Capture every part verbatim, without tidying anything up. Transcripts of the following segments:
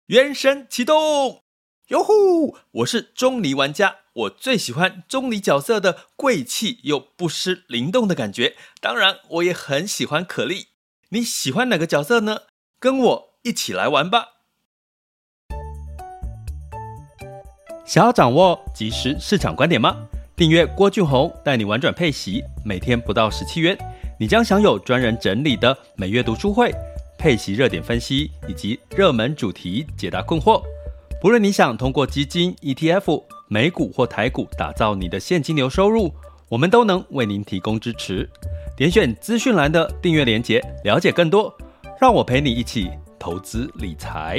原神启动，哟呼！我是钟离玩家，我最喜欢钟离角色的贵气又不失灵动的感觉。当然，我也很喜欢可莉。你喜欢哪个角色呢？跟我一起来玩吧！想要掌握即时市场观点吗？订阅郭俊宏带你玩转配息，每天不到十七元，你将享有专人整理的每月读书会、配息热点分析以及热门主题解答困惑。不论你想通过基金、E T F、美股或台股打造你的现金流收入，我们都能为您提供支持。点选资讯栏的订阅连结，了解更多。让我陪你一起投资理财。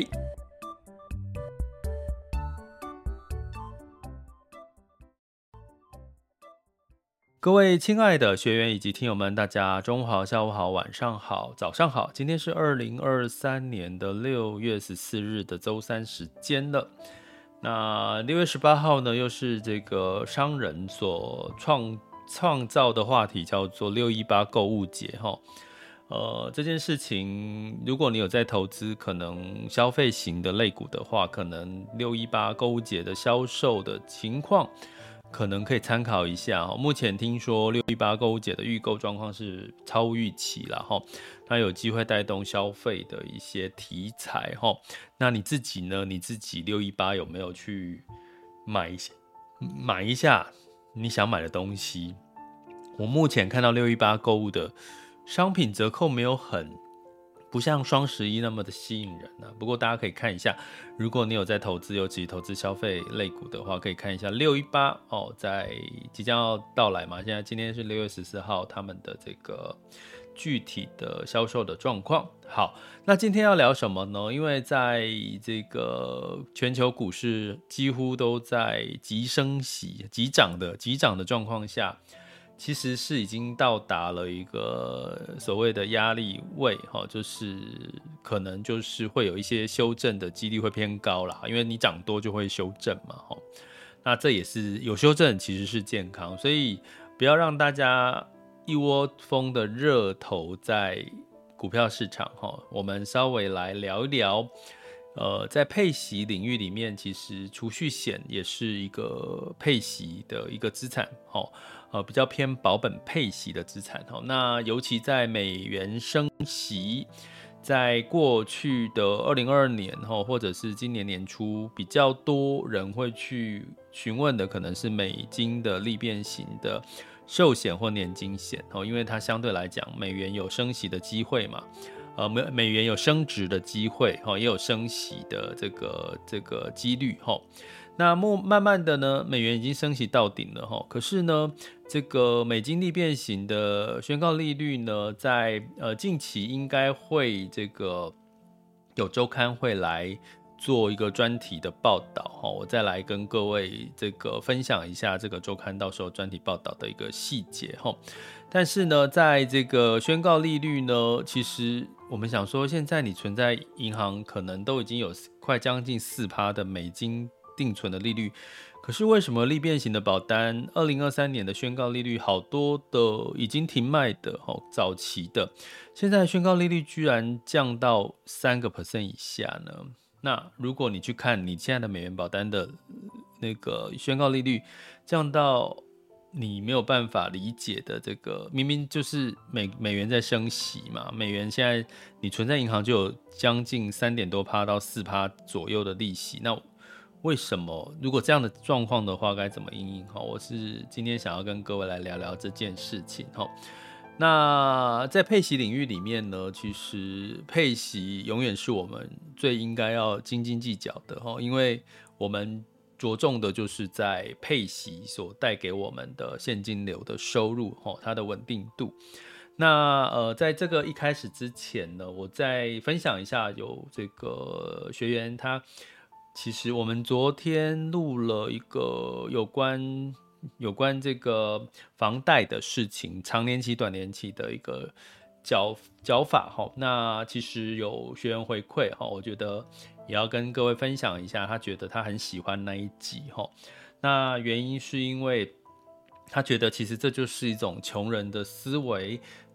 各位亲爱的学员以及听友们，大家中午好、下午好、晚上好、早上好。今天是二零二三年的六月十四日的周三时间了。那六月十八号呢，又是这个商人所创创造的话题，叫做六一八购物节哈。呃，这件事情，如果你有在投资可能消费型的类股的话，可能六一八购物节的销售的情况，可能可以参考一下。目前听说六一八购物节的预购状况是超预期啦，它有机会带动消费的一些题材。那你自己呢？你自己六一八有没有去买一下买一下你想买的东西？我目前看到六一八购物的商品折扣没有很不像双十一那么的吸引人啊。不过大家可以看一下，如果你有在投资，尤其投资消费类股的话，可以看一下六一八哦，在即将要到来嘛。现在今天是六月十四号，他们的这个具体的销售的状况。好，那今天要聊什么呢？因为在这个全球股市几乎都在急升息、急涨的急涨的状况下，其实是已经到达了一个所谓的压力位，就是可能就是会有一些修正的几率会偏高啦，因为你涨多就会修正嘛。那这也是有修正其实是健康，所以不要让大家一窝蜂的热投在股票市场。我们稍微来聊一聊，呃，在配息领域里面，其实储蓄险也是一个配息的一个资产。呃，比较偏保本配息的资产。那尤其在美元升息，在过去的二零二二年或者是今年年初，比较多人会去询问的可能是美金的利变型的寿险或年金险，因为它相对来讲美元有升息的机会嘛，呃，美元有升值的机会，也有升息的这个这个几率。那慢慢的呢，美元已经升息到顶了，可是呢，这个美金利变型的宣告利率呢，在呃近期应该会这个有周刊会来做一个专题的报道，我再来跟各位这个分享一下这个周刊到时候专题报道的一个细节。但是呢，在这个宣告利率呢，其实我们想说，现在你存在银行可能都已经有快将近 百分之四 的美金定存的利率，可是为什么利变型的保单二零二三年的宣告利率好多的已经停卖的早期的，现在宣告利率居然降到 百分之三 以下呢？那如果你去看你现在的美元保单的那个宣告利率降到你没有办法理解的这个，明明就是美美元在升息嘛，美元现在你存在银行就有将近三点多趴到四趴左右的利息，那为什么如果这样的状况的话该怎么因应？我是今天想要跟各位来聊聊这件事情。那在配息领域里面呢，其实配息永远是我们最应该要斤斤计较的，因为我们着重的就是在配息所带给我们的现金流的收入，它的稳定度。那呃，在这个一开始之前呢，我再分享一下，有这个学员他其实我们昨天录了一个有关有关这个房贷的事情，长年期、短年期的一个缴缴法。那其实有学员回馈，我觉得也要跟各位分享一下，他觉得他很喜欢那一集。那原因是因为他觉得其实这就是一种穷人的思维，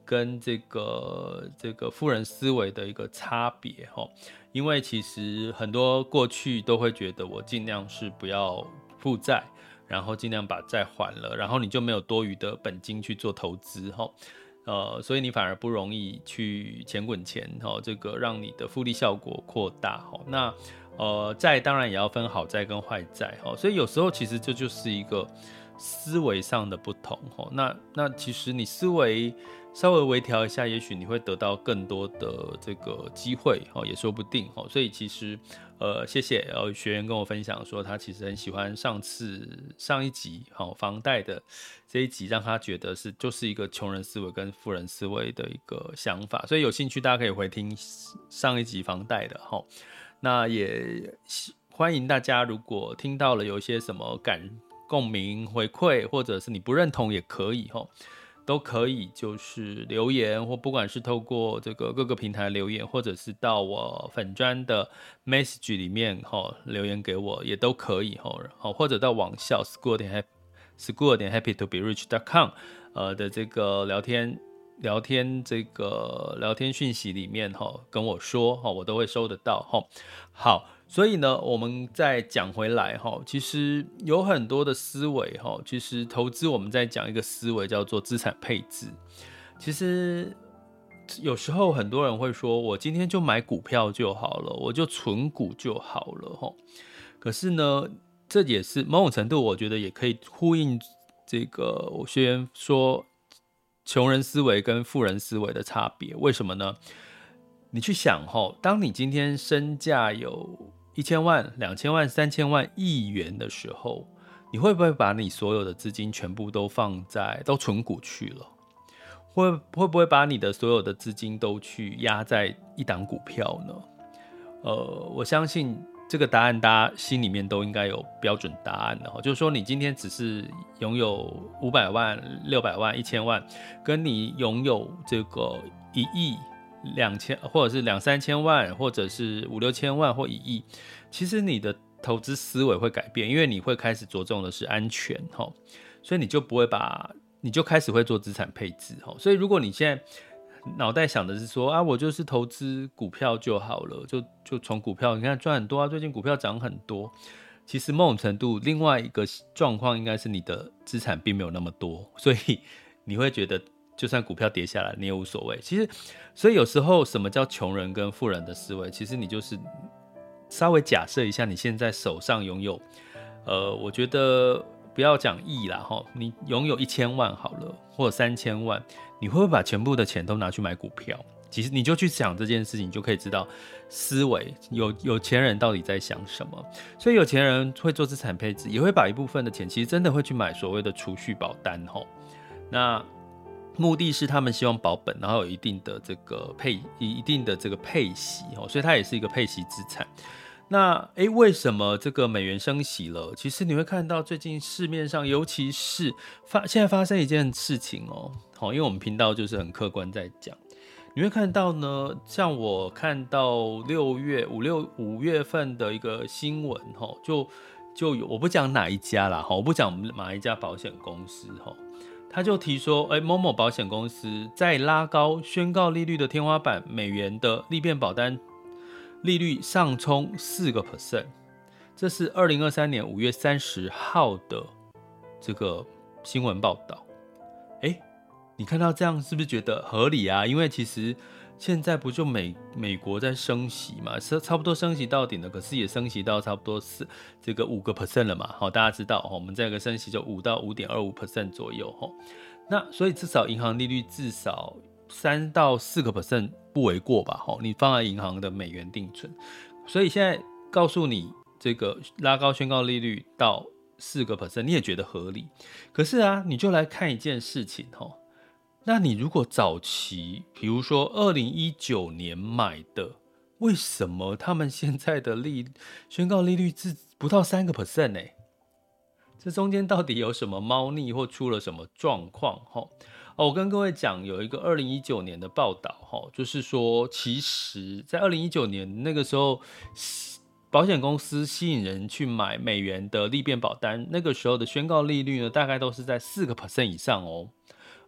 跟这个这个富人思维的一个差别哈，因为其实很多过去都会觉得我尽量是不要负债，然后尽量把债还了，然后你就没有多余的本金去做投资哈。呃，所以你反而不容易去钱滚钱哈，这个让你的复利效果扩大哈。那呃，债当然也要分好债跟坏债哈，所以有时候其实这就是一个思维上的不同哈。那那其实你思维稍微微调一下，也许你会得到更多的这个机会哈，也说不定哈。所以其实呃，谢谢呃学员跟我分享说，他其实很喜欢上次上一集好房贷的这一集，让他觉得是就是一个穷人思维跟富人思维的一个想法。所以有兴趣大家可以回听上一集房贷的哈。那也欢迎大家，如果听到了有一些什么感共鸣回馈，或者是你不认同也可以齁，都可以就是留言，或不管是透过这个各个平台留言，或者是到我粉专的 message 里面齁留言给我也都可以齁，或者到网校 school 点 happy school 点 happy to be rich dot com 呃的这个聊天。聊天这个聊天讯息里面哈，跟我说哈，我都会收得到哈。好，所以呢，我们再讲回来哈，其实有很多的思维哈，其实投资我们在讲一个思维叫做资产配置。其实有时候很多人会说，我今天就买股票就好了，我就存股就好了哈。可是呢，这也是某种程度，我觉得也可以呼应这个我学员说。穷人思维跟富人思维的差别，为什么呢？你去想齁，当你今天身价有一千万、两千万、三千万、亿元的时候，你会不会把你所有的资金全部都放在都存股去了？会会不会把你的所有的资金都去压在一档股票呢？呃，我相信。这个答案大家心里面都应该有标准答案的，就是说你今天只是拥有五百万、六百万、一千万，跟你拥有这个一亿、两千或者是两三千万，或者是五六千万或一亿，其实你的投资思维会改变，因为你会开始着重的是安全，所以你就不会把，你就开始会做资产配置，所以如果你现在脑袋想的是说啊，我就是投资股票就好了，就就从股票，你看赚很多啊，最近股票涨很多。其实某种程度，另外一个状况应该是你的资产并没有那么多，所以你会觉得就算股票跌下来，你也无所谓。其实，所以有时候什么叫穷人跟富人的思维？其实你就是稍微假设一下，你现在手上拥有，呃，我觉得不要讲亿啦哈，你拥有一千万好了，或者三千万。你会不会把全部的钱都拿去买股票？其实你就去想这件事情，你就可以知道思维有有钱人到底在想什么。所以有钱人会做资产配置，也会把一部分的钱，其实真的会去买所谓的储蓄保单吼。那目的是他们希望保本，然后有一定的这个配一定的这个配息吼，所以它也是一个配息资产。那诶，为什么这个美元升息了？其实你会看到最近市面上，尤其是发现在发生一件事情哦，好，因为我们频道就是很客观在讲，你会看到呢，像我看到六月五六五月份的一个新闻哈，就就有我不讲哪一家啦哈，我不讲哪一家保险公司哈，他就提说，哎，某某保险公司在拉高宣告利率的天花板，美元的利变保单。利率上冲 百分之四， 这是二零二三年五月三十号的这个新闻报道。诶，你看到这样是不是觉得合理啊？因为其实现在不就 美, 美国在升息嘛，差不多升息到顶了，可是也升息到差不多是这个 百分之五 了嘛。好，大家知道我们这个升息就百分之五到五点二五 左右。那所以至少银行利率至少三到四个 percent 不为过吧？你放在银行的美元定存，所以现在告诉你这个拉高宣告利率到四个 percent， 你也觉得合理。可是啊，你就来看一件事情哈，那你如果早期，比如说二零一九年买的，为什么他们现在的利宣告利率是不到三个 percent 呢？这中间到底有什么猫腻或出了什么状况哈？哦，我跟各位讲，有一个二零一九年的报道，就是说，其实在二零一九年那个时候，保险公司吸引人去买美元的利变保单，那个时候的宣告利率呢，大概都是在四个 percent 以上哦。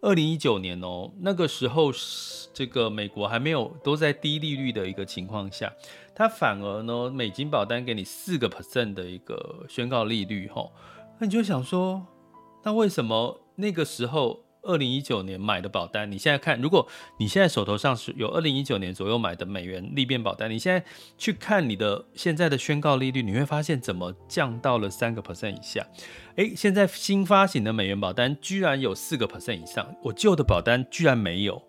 二零一九年哦，那个时候这个美国还没有都在低利率的一个情况下，它反而呢美金保单给你四个 percent 的一个宣告利率哈，那你就想说，那为什么那个时候二零一九年买的保单，你现在看，如果你现在手头上是有二零一九年左右买的美元利变保单，你现在去看你的现在的宣告利率，你会发现怎么降到了三个 percent 以下。哎，现在新发行的美元保单居然有四个 percent 以上，我旧的保单居然没有，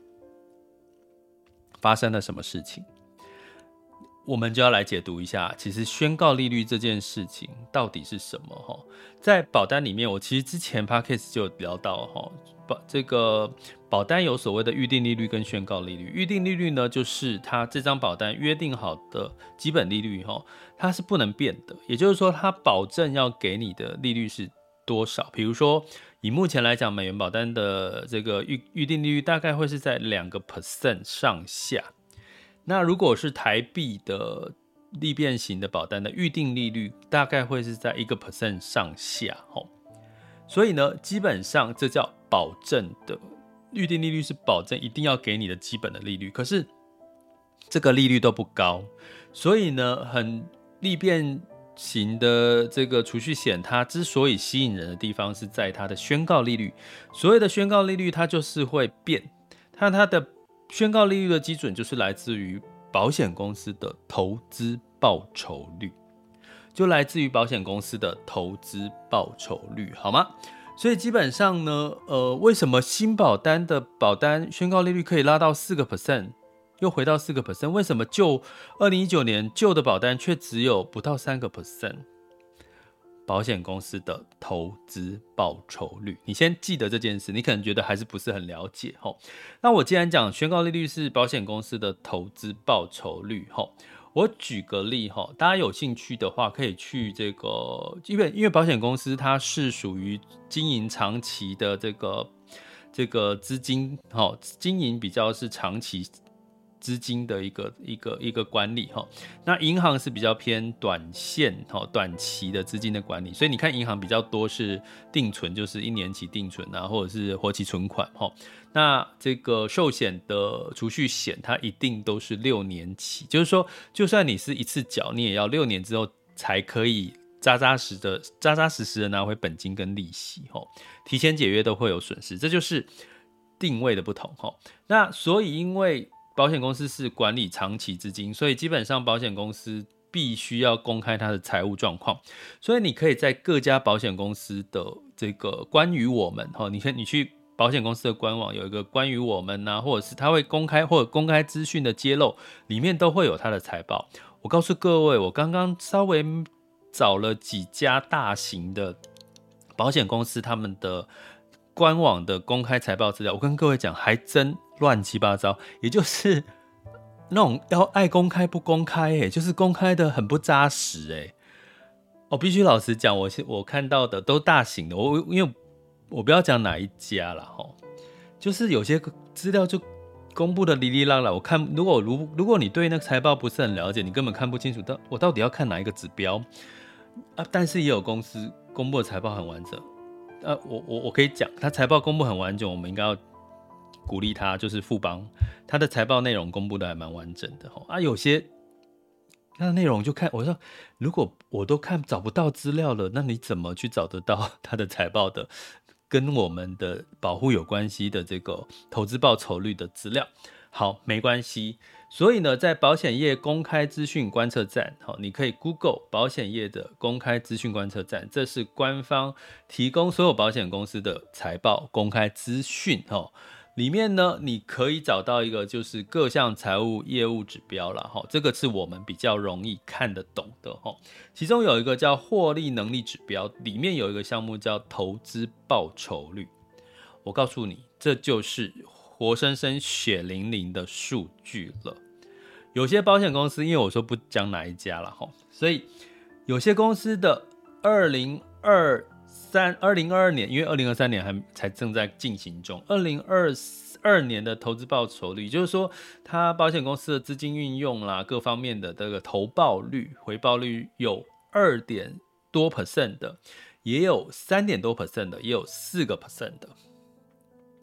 发生了什么事情？我们就要来解读一下，其实宣告利率这件事情到底是什么？在保单里面，我其实之前 Podcast 就有聊到，这个保单有所谓的预定利率跟宣告利率。预定利率呢，就是它这张保单约定好的基本利率，它是不能变的，也就是说，它保证要给你的利率是多少。比如说，以目前来讲，美元保单的这个 预, 预定利率大概会是在两个 percent 上下。那如果是台币的利变型的保单的预定利率，大概会是在一个 percent 上下，所以呢，基本上这叫保证的预定利率，是保证一定要给你的基本的利率。可是这个利率都不高，所以呢，很利变型的这个储蓄险，它之所以吸引人的地方是在它的宣告利率。所谓的宣告利率，它就是会变，它它的宣告利率的基准就是来自于保险公司的投资报酬率，就来自于保险公司的投资报酬率，好吗？所以基本上呢，呃，为什么新保单的保单宣告利率可以拉到 百分之四， 又回到 百分之四？ 为什么旧二零一九年旧的保单却只有不到 百分之三？保险公司的投资报酬率，你先记得这件事，你可能觉得还是不是很了解。那我既然讲宣告利率是保险公司的投资报酬率，我举个例，大家有兴趣的话可以去这个，因为因为保险公司它是属于经营长期的这个这个资金，经营比较是长期资金的一个一个一个管理，那银行是比较偏短线短期的资金的管理，所以你看银行比较多是定存，就是一年期定存啊，或者是活期存款。那这个寿险的储蓄险，它一定都是六年期，就是说，就算你是一次缴，你也要六年之后才可以扎扎实的、扎扎实实的拿回本金跟利息。提前解约都会有损失，这就是定位的不同。那所以因为保险公司是管理长期资金，所以基本上保险公司必须要公开它的财务状况，所以你可以在各家保险公司的这个关于我们，你可以你去保险公司的官网有一个关于我们啊，或者是它会公开或者公开资讯的揭露，里面都会有它的财报。我告诉各位，我刚刚稍微找了几家大型的保险公司他们的官网的公开财报资料，我跟各位讲，还真乱七八糟，也就是那种要爱公开不公开，欸，就是公开的很不扎实，欸。我必须老实讲，我我看到的都大型的，我因为我不要讲哪一家啦，就是有些资料就公布的哩哩啦啦，我看如果如如果你对那个财报不是很了解，你根本看不清楚到我到底要看哪一个指标啊。但是也有公司公布的财报很完整。呃，我我我可以讲，他财报公布很完整，我们应该要鼓励他，就是富邦，他的财报内容公布的还蛮完整的啊。有些那内容就看，我说如果我都看找不到资料了，那你怎么去找得到他的财报的跟我们的保护有关系的这个投资报酬率的资料？好，没关系。所以呢，在保险业公开资讯观测站，好，你可以 Google 保险业的公开资讯观测站，这是官方提供所有保险公司的财报公开资讯。里面呢，你可以找到一个就是各项财务业务指标啦，这个是我们比较容易看得懂的。其中有一个叫获利能力指标，里面有一个项目叫投资报酬率。我告诉你，这就是活生生血淋淋的数据了。有些保险公司，因为我说不讲哪一家了，所以有些公司的二零二三、二零二二年，因为二零二三年还才正在进行中，二零二二年的投资报酬率，也就是说，它保险公司的资金运用啦，各方面的这个投报率、回报率有二点多 percent 的，也有三点多 percent 的，也有四个 percent 的。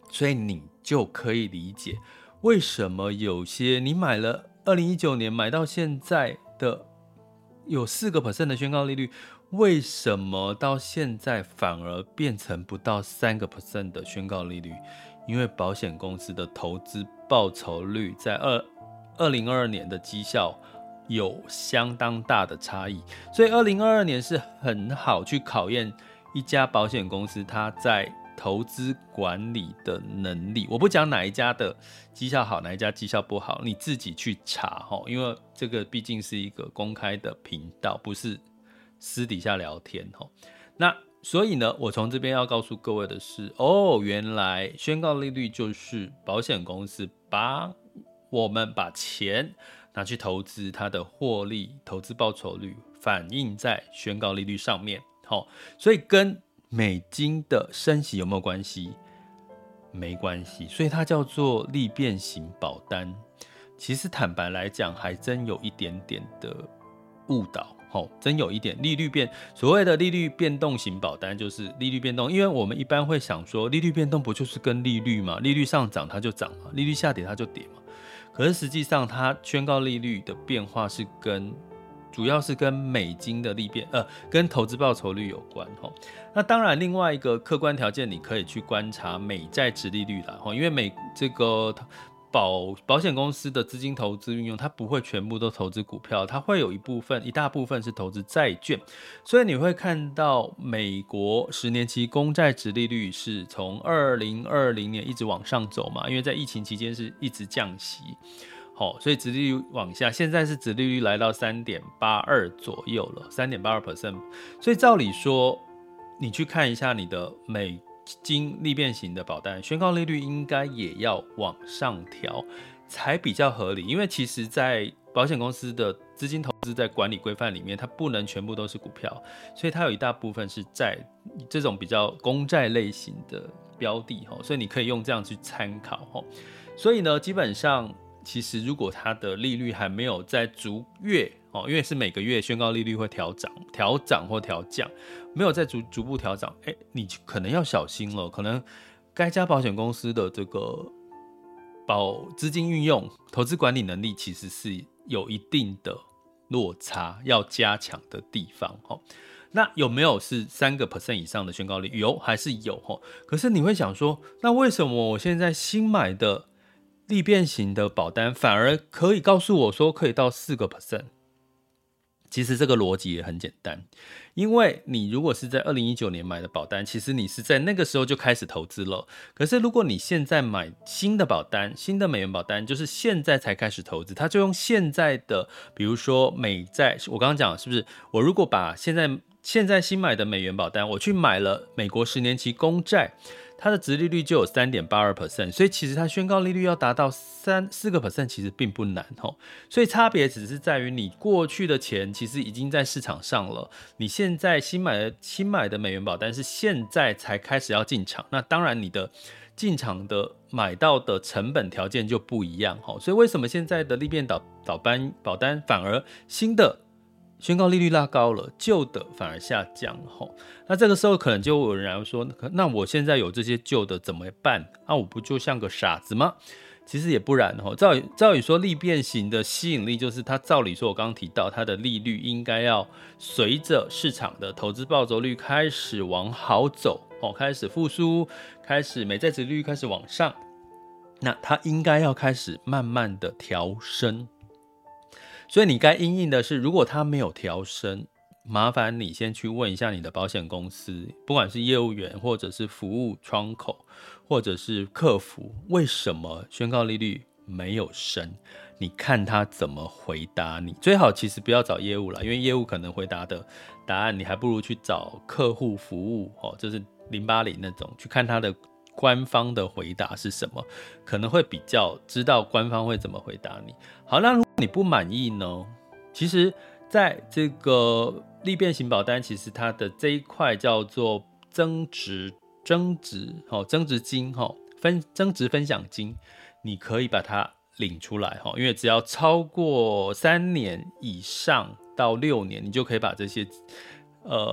所以你就可以理解为什么有些你买了二零一九年买到现在的有 百分之四 的宣告利率，为什么到现在反而变成不到 百分之三 的宣告利率？因为保险公司的投资报酬率在二零二二年的绩效有相当大的差异，所以二零二二年是很好去考验一家保险公司它在投资管理的能力。我不讲哪一家的绩效好，哪一家绩效不好，你自己去查，因为这个毕竟是一个公开的频道，不是私底下聊天。那所以呢，我从这边要告诉各位的是，哦，原来宣告利率就是保险公司把我们把钱拿去投资，它的获利、投资报酬率反映在宣告利率上面。所以跟美金的升息有没有关系？没关系，所以它叫做利变型保单。其实坦白来讲，还真有一点点的误导。真有一点利率变，所谓的利率变动型保单就是利率变动，因为我们一般会想说，利率变动不就是跟利率嘛？利率上涨它就涨嘛，利率下跌它就跌嘛。可是实际上，它宣告利率的变化是跟主要是跟美金的利变，呃，跟投资报酬率有关。那当然，另外一个客观条件，你可以去观察美债殖利率啦，因为美这个。保, 保险公司的资金投资运用，它不会全部都投资股票，它会有一部分一大部分是投资债券，所以你会看到美国十年期公债殖利率是从二零二零年一直往上走嘛，因为在疫情期间是一直降息，所以殖利率往下，现在是殖利率来到 三点八二 左右了 百分之三点八二， 所以照理说你去看一下你的美金利变型的保单，宣告利率应该也要往上调才比较合理，因为其实在保险公司的资金投资在管理规范里面，它不能全部都是股票，所以它有一大部分是债，这种比较公债类型的标的，所以你可以用这样去参考。所以呢，基本上其实如果它的利率还没有在逐月，因为是每个月宣告利率会调涨、调涨或调降，没有在 逐, 逐步调涨，欸，你可能要小心了。可能该家保险公司的这个保资金运用、投资管理能力其实是有一定的落差，要加强的地方。那有没有是 百分之三 以上的宣告率？有，还是有。可是你会想说，那为什么我现在新买的利变型的保单反而可以告诉我说可以到 百分之四？其实这个逻辑也很简单，因为你如果是在二零一九年买的保单，其实你是在那个时候就开始投资了。可是如果你现在买新的保单，新的美元保单，就是现在才开始投资，它就用现在的，比如说美债，我刚刚讲是不是？我如果把现在现在新买的美元保单，我去买了美国十年期公债，它的殖利率就有 百分之三点八二， 所以其实它宣告利率要达到 百分之四 其实并不难。所以差别只是在于你过去的钱其实已经在市场上了，你现在新买的新买的美元保单是现在才开始要进场，那当然你的进场的买到的成本条件就不一样。所以为什么现在的利变保单保单反而新的宣告利率拉高了，旧的反而下降。那这个时候可能就有人来说，那我现在有这些旧的怎么办？啊，我不就像个傻子吗？其实也不然。照理照理说，利变型的吸引力就是它照理说，我刚刚提到它的利率应该要随着市场的投资报酬率开始往好走，开始复苏，开始美债殖利率开始往上，那它应该要开始慢慢的调升。所以你该因应的是，如果它没有调升，麻烦你先去问一下你的保险公司，不管是业务员或者是服务窗口或者是客服，为什么宣告利率没有升？你看他怎么回答你。最好其实不要找业务啦，因为业务可能回答的答案你还不如去找客户服务，就是零八零那种，去看他的官方的回答是什么，可能会比较知道官方会怎么回答你。好，那如果你不满意呢？其实在这个利变型保单，其实它的这一块叫做增值增值增值金分增值分享金，你可以把它领出来，因为只要超过三年以上到六年，你就可以把这些呃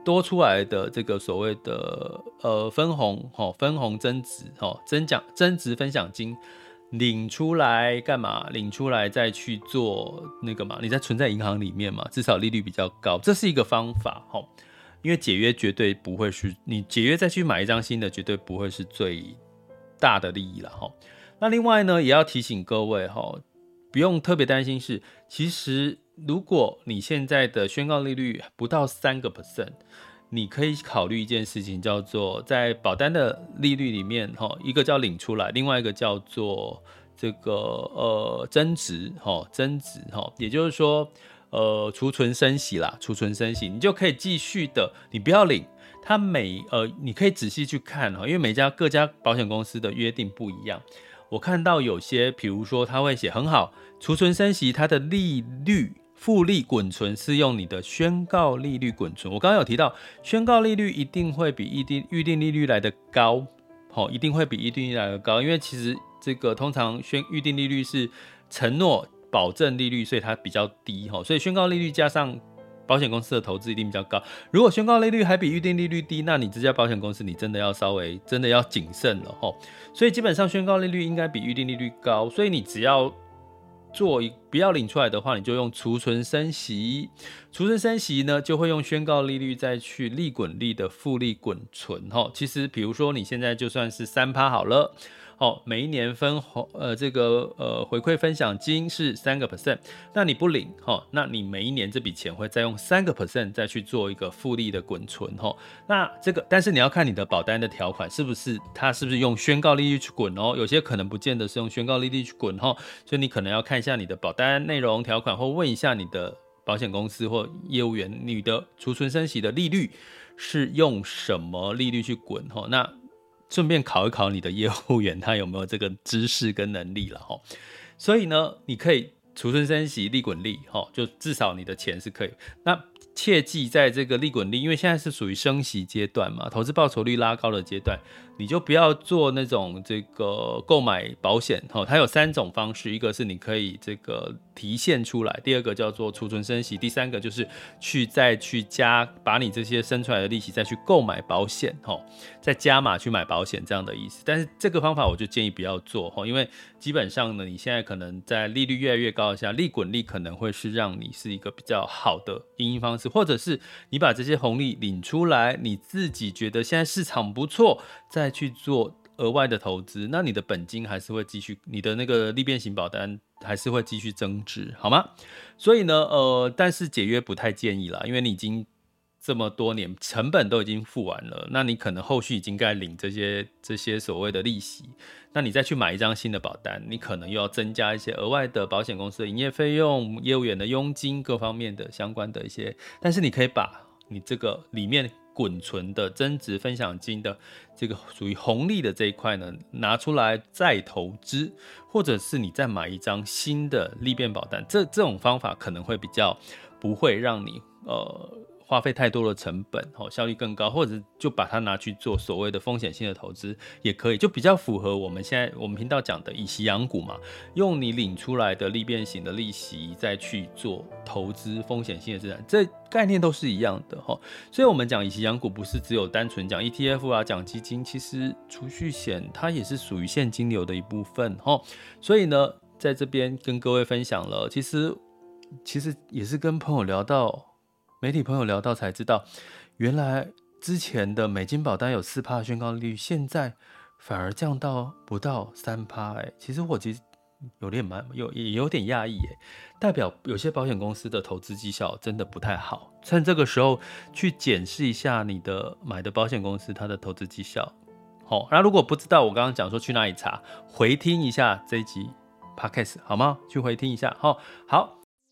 多出来的这个所谓的呃分红、哦、分红增值、哦、增奖增值分享金领出来干嘛？领出来再去做那个嘛，你再存在银行里面嘛，至少利率比较高，这是一个方法、哦、因为解约绝对不会是你解约再去买一张新的，绝对不会是最大的利益啦、哦、那另外呢，也要提醒各位、哦、不用特别担心是，其实如果你现在的宣告利率不到 百分之三，你可以考虑一件事情，叫做在保单的利率里面，一个叫领出来，另外一个叫做这个呃增值，增值，也就是说，呃储存升息啦，储存升息，你就可以继续的，你不要领，它每呃你可以仔细去看，因为每家各家保险公司的约定不一样。我看到有些，比如说他会写很好，储存升息，它的利率。复利滚存是用你的宣告利率滚存，我刚刚有提到，宣告利率一定会比预定预定利率来的高，哦，一定会比预定利率来的高，因为其实这个通常宣预定利率是承诺保证利率，所以它比较低，所以宣告利率加上保险公司的投资一定比较高。如果宣告利率还比预定利率低，那你这家保险公司你真的要稍微真的要谨慎了，所以基本上宣告利率应该比预定利率高，所以你只要做不要领出来的话，你就用储存升息，储存升息呢，就会用宣告利率再去利滚利的复利滚存。其实比如说你现在就算是 百分之三 好了，每一年分呃这个呃回馈分享金是 百分之三， 那你不领，那你每一年这笔钱会再用 百分之三 再去做一个复利的滚存。那这个但是你要看你的保单的条款是不是它是不是用宣告利率去滚哦，有些可能不见得是用宣告利率去滚，所以你可能要看一下你的保单内容条款，或问一下你的保险公司或业务员，你的储存升息的利率是用什么利率去滚，那顺便考一考你的业务员他有没有这个知识跟能力了。所以呢，你可以储存升息利滚利，就至少你的钱是可以。那切记在这个利滚利，因为现在是属于升息阶段嘛，投资报酬率拉高的阶段，你就不要做那种这个购买保险，它有三种方式，一个是你可以这个提现出来，第二个叫做储存升息，第三个就是去再去加把你这些生出来的利息再去购买保险，再加码去买保险这样的意思。但是这个方法我就建议不要做，因为基本上呢，你现在可能在利率越来越高的下，利滚利可能会是让你是一个比较好的因应方式，或者是你把这些红利领出来，你自己觉得现在市场不错，再去做额外的投资，那你的本金还是会继续，你的那个利变型保单还是会继续增值，好吗？所以呢，呃，但是解约不太建议啦，因为你已经这么多年成本都已经付完了，那你可能后续已经该领这些这些所谓的利息，那你再去买一张新的保单，你可能又要增加一些额外的保险公司的营业费用、业务员的佣金各方面的相关的一些，但是你可以把你这个里面滚存的增值分享金的这个属于红利的这一块呢，拿出来再投资，或者是你再买一张新的利变保单，这这种方法可能会比较不会让你呃花费太多的成本，效率更高，或者就把它拿去做所谓的风险性的投资也可以，就比较符合我们现在我们频道讲的以息养股嘛，用你领出来的利变型的利息再去做投资风险性的资产，这概念都是一样的。所以我们讲以息养股不是只有单纯讲 E T F 啊，讲基金，其实储蓄险它也是属于现金流的一部分。所以呢，在这边跟各位分享了，其实其实也是跟朋友聊到媒体朋友聊到才知道，原来之前的美金保单有 百分之四 的宣告利率，现在反而降到不到 百分之三、欸、其实我其实有点蛮有也有点讶异、欸、代表有些保险公司的投资绩效真的不太好，趁这个时候去检视一下你的买的保险公司它的投资绩效。好，那如果不知道我刚刚讲说去哪里查，回听一下这一集 Podcast 好吗？去回听一下。好，好。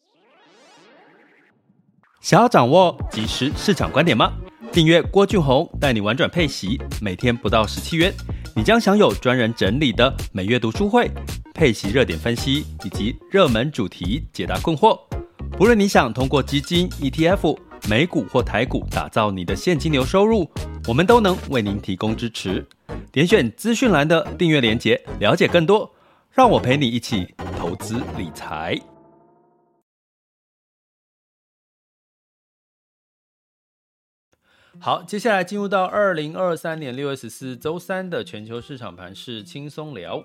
想要掌握即时市场观点吗？订阅郭俊宏带你玩转配息，每天不到十七元，你将享有专人整理的每月读书会、配息热点分析以及热门主题解答困惑。不论你想通过基金、E T F、美股或台股打造你的现金流收入，我们都能为您提供支持。点选资讯栏的订阅连结，了解更多。让我陪你一起投资理财。 好，接下来进入到二零二三年六月十四日周三的全球市场盘势轻松聊。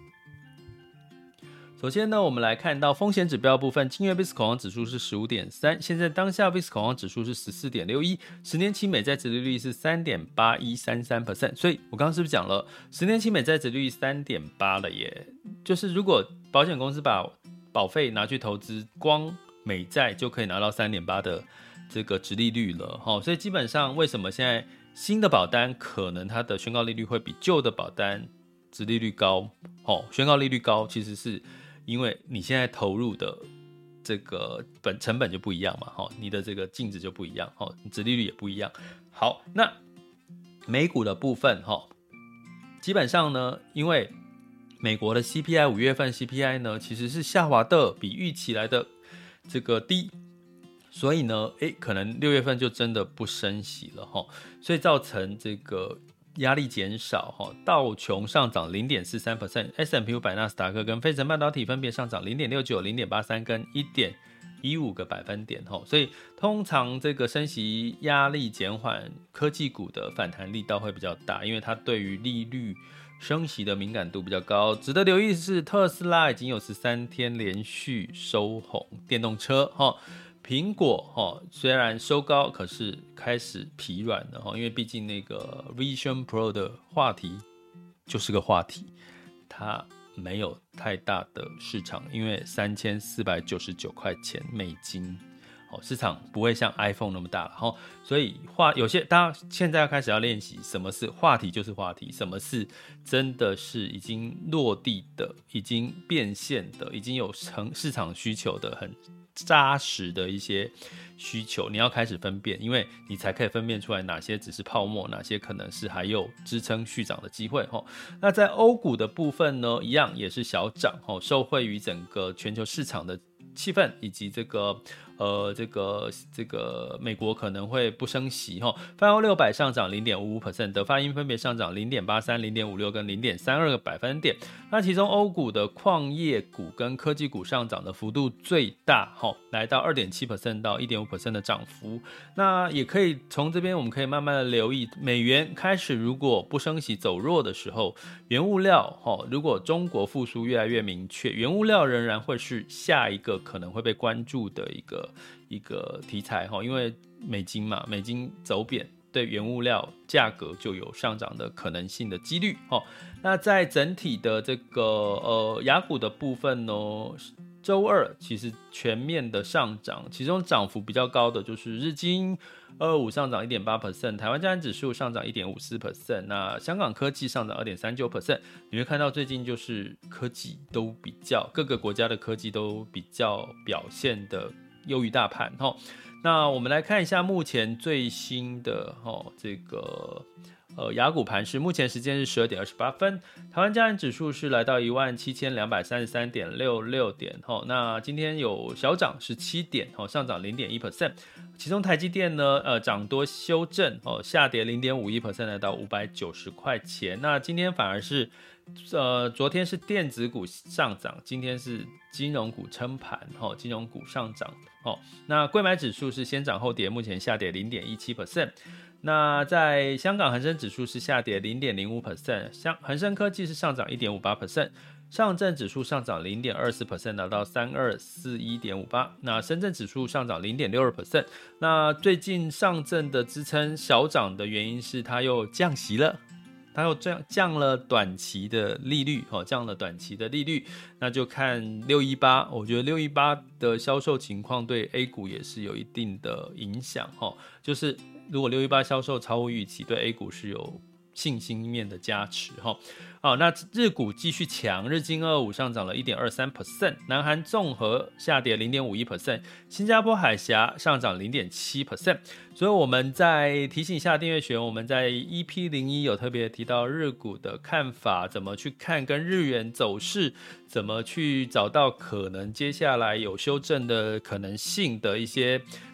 首先呢，我们来看到风险指标部分，今月 V I X 恐慌指数是 十五点三， 现在当下 V I X 恐慌指数是 十四点六一， 十年期美债殖利率是 三点八一三三 percent， 所以我刚刚是不是讲了十年期美债殖利率 三点八 了耶？就是如果保险公司把保费拿去投资，光美债就可以拿到 三点八 的这个殖利率了，所以基本上为什么现在新的保单可能它的宣告利率会比旧的保单殖利率高，宣告利率高其实是因为你现在投入的这个本成本就不一样嘛，你的这个净值就不一样，殖利率也不一样。好，那美股的部分基本上呢，因为美国的 C P I 五月份 C P I 呢其实是下滑的比预期来的这个低，所以呢诶可能六月份就真的不升息了，所以造成这个压力减少，道琼上涨 零点四三 percent， S and P 五百 纳斯达克跟费城半导体分别上涨 零点六九、零点八三 跟 一点一五 个百分点，所以通常这个升息压力减缓，科技股的反弹力道会比较大，因为它对于利率升息的敏感度比较高。值得留意的是，特斯拉已经有十三天连续收红电动车，苹果、哦、虽然收高，可是开始疲软了，因为毕竟那个 Vision Pro 的话题就是个话题，它没有太大的市场，因为三千四百九十九块钱美金，哦、市场不会像 iPhone 那么大了，哦、所以话有些大家现在要开始要练习什么是话题就是话题，什么是真的是已经落地的，已经变现的，已经有市场需求的很扎实的一些需求，你要开始分辨，因为你才可以分辨出来哪些只是泡沫，哪些可能是还有支撑续涨的机会。那在欧股的部分呢，一样也是小涨，受惠于整个全球市场的气氛以及这个呃，这个这个美国可能会不升息，泛欧六百上涨 零点五五 percent， 德法英分别上涨 零点八三、零点五六 跟 零点三二 个百分点。那其中欧股的矿业股跟科技股上涨的幅度最大，来到 二点七 percent 到 一点五 percent 的涨幅。那也可以从这边我们可以慢慢的留意，美元开始如果不升息走弱的时候，原物料如果中国复苏越来越明确，原物料仍然会是下一个可能会被关注的一个一个题材，因为美金嘛，美金走贬对原物料价格就有上涨的可能性的几率。那在整体的这个呃亚股的部分呢，周二其实全面的上涨，其中涨幅比较高的就是日经二二五上涨 一点八 percent， 台湾加权指数上涨 一点五四 percent， 那香港科技上涨 二点三九 percent。 你会看到最近就是科技都比较各个国家的科技都比较表现的优于大盘。那我们来看一下目前最新的这个呃，亚股盘势，目前时间是十二点二十八分，台湾加权指数是来到 一万七千两百三十三点六六 点，那今天有小涨十七点，上涨 零点一 percent， 其中台积电呢呃涨多修正，下跌 零点五一 percent 来到五百九十块钱，那今天反而是呃，昨天是电子股上涨，今天是金融股撑盘，金融股上涨。那柜买指数是先涨后跌，目前下跌 零点一七 percent。那在香港恒生指数是下跌 零点零五 percent， 恒生科技是上涨 一点五八 percent， 上证指数上涨 零点二四 percent， 达到三千二百四十一点五八， 那深圳指数上涨 零点六二 percent。 那最近上证的支撑小涨的原因是它又降息了，它又降了短期的利率，降了短期的利率，那就看六一八，我觉得六一八的销售情况对 A 股也是有一定的影响，就是如果六一八销售超乎预期，对 A 股是有信心面的加持。好，那日股继续强，日经二二五上涨了 一点二三 percent， 南韩综合下跌 零点五一 percent， 新加坡海峡上涨 零点七 percent。 所以我们在提醒一下订阅学员，我们在 E P 零一 有特别提到日股的看法，怎么去看跟日元走势，怎么去找到可能接下来有修正的可能性的一些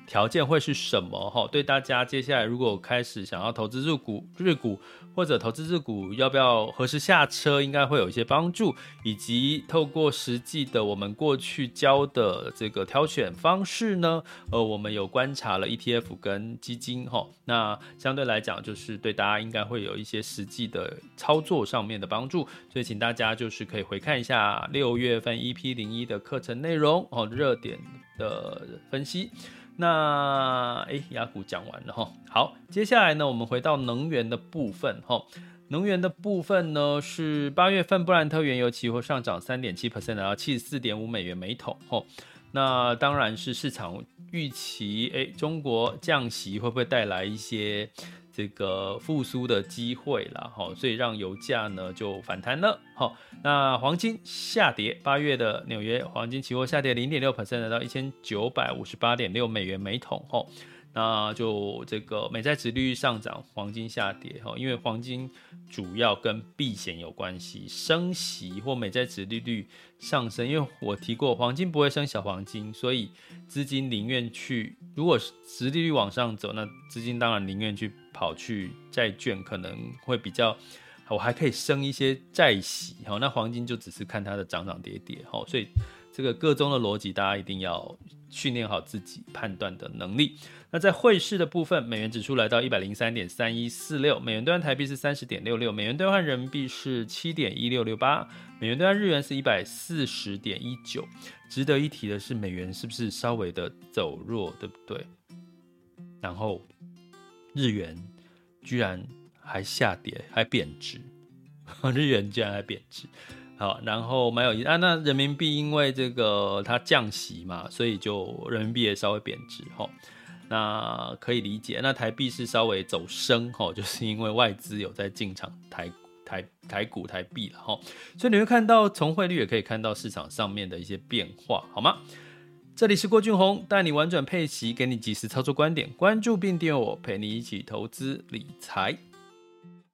条件会是什么？对大家接下来如果开始想要投资日股日股或者投资日股要不要何时下车，应该会有一些帮助，以及透过实际的我们过去教的这个挑选方式呢，呃，我们有观察了 E T F 跟基金，那相对来讲就是对大家应该会有一些实际的操作上面的帮助，所以请大家就是可以回看一下六月份 E P 零一 的课程内容，热点的分析。那哎，雅股讲完了哈，好，接下来呢，我们回到能源的部分哈。能源的部分呢，是八月份布兰特原油期货上涨 百分之三点七， 来到 七十四点五美元每桶哈。那当然是市场预期，哎，中国降息会不会带来一些这个复苏的机会啦，所以让油价呢就反弹了。那黄金下跌，八月的纽约黄金期货下跌 百分之零点六， 来到一千九百五十八点六美元每桶。那就这个美债殖利率上涨，黄金下跌，因为黄金主要跟避险有关系，升息或美债殖利率上升，因为我提过黄金不会升小黄金，所以资金宁愿去，如果殖利率往上走，那资金当然宁愿去跑去债券，可能会比较我还可以升一些债息，那黄金就只是看它的涨涨跌跌，所以这个个中的逻辑大家一定要训练好自己判断的能力。那在汇市的部分，美元指数来到 一百零三点三一四六， 美元兑换台币是 三十点六六， 美元兑换人民币是 七点一六六八， 美元兑换日元是 一百四十点一九。 值得一提的是，美元是不是稍微的走弱，对不对？然后日元居然还下跌，还贬值日元居然还贬值。好，然后蛮有意思啊。那人民币因为这个它降息嘛，所以就人民币也稍微贬值齁。那可以理解。那台币是稍微走升齁，就是因为外资有在进场台台台股台币了齁。所以你会看到从汇率也可以看到市场上面的一些变化，好吗？这里是郭俊宏，带你玩转配息，给你及时操作观点，关注并订阅我，陪你一起投资理财。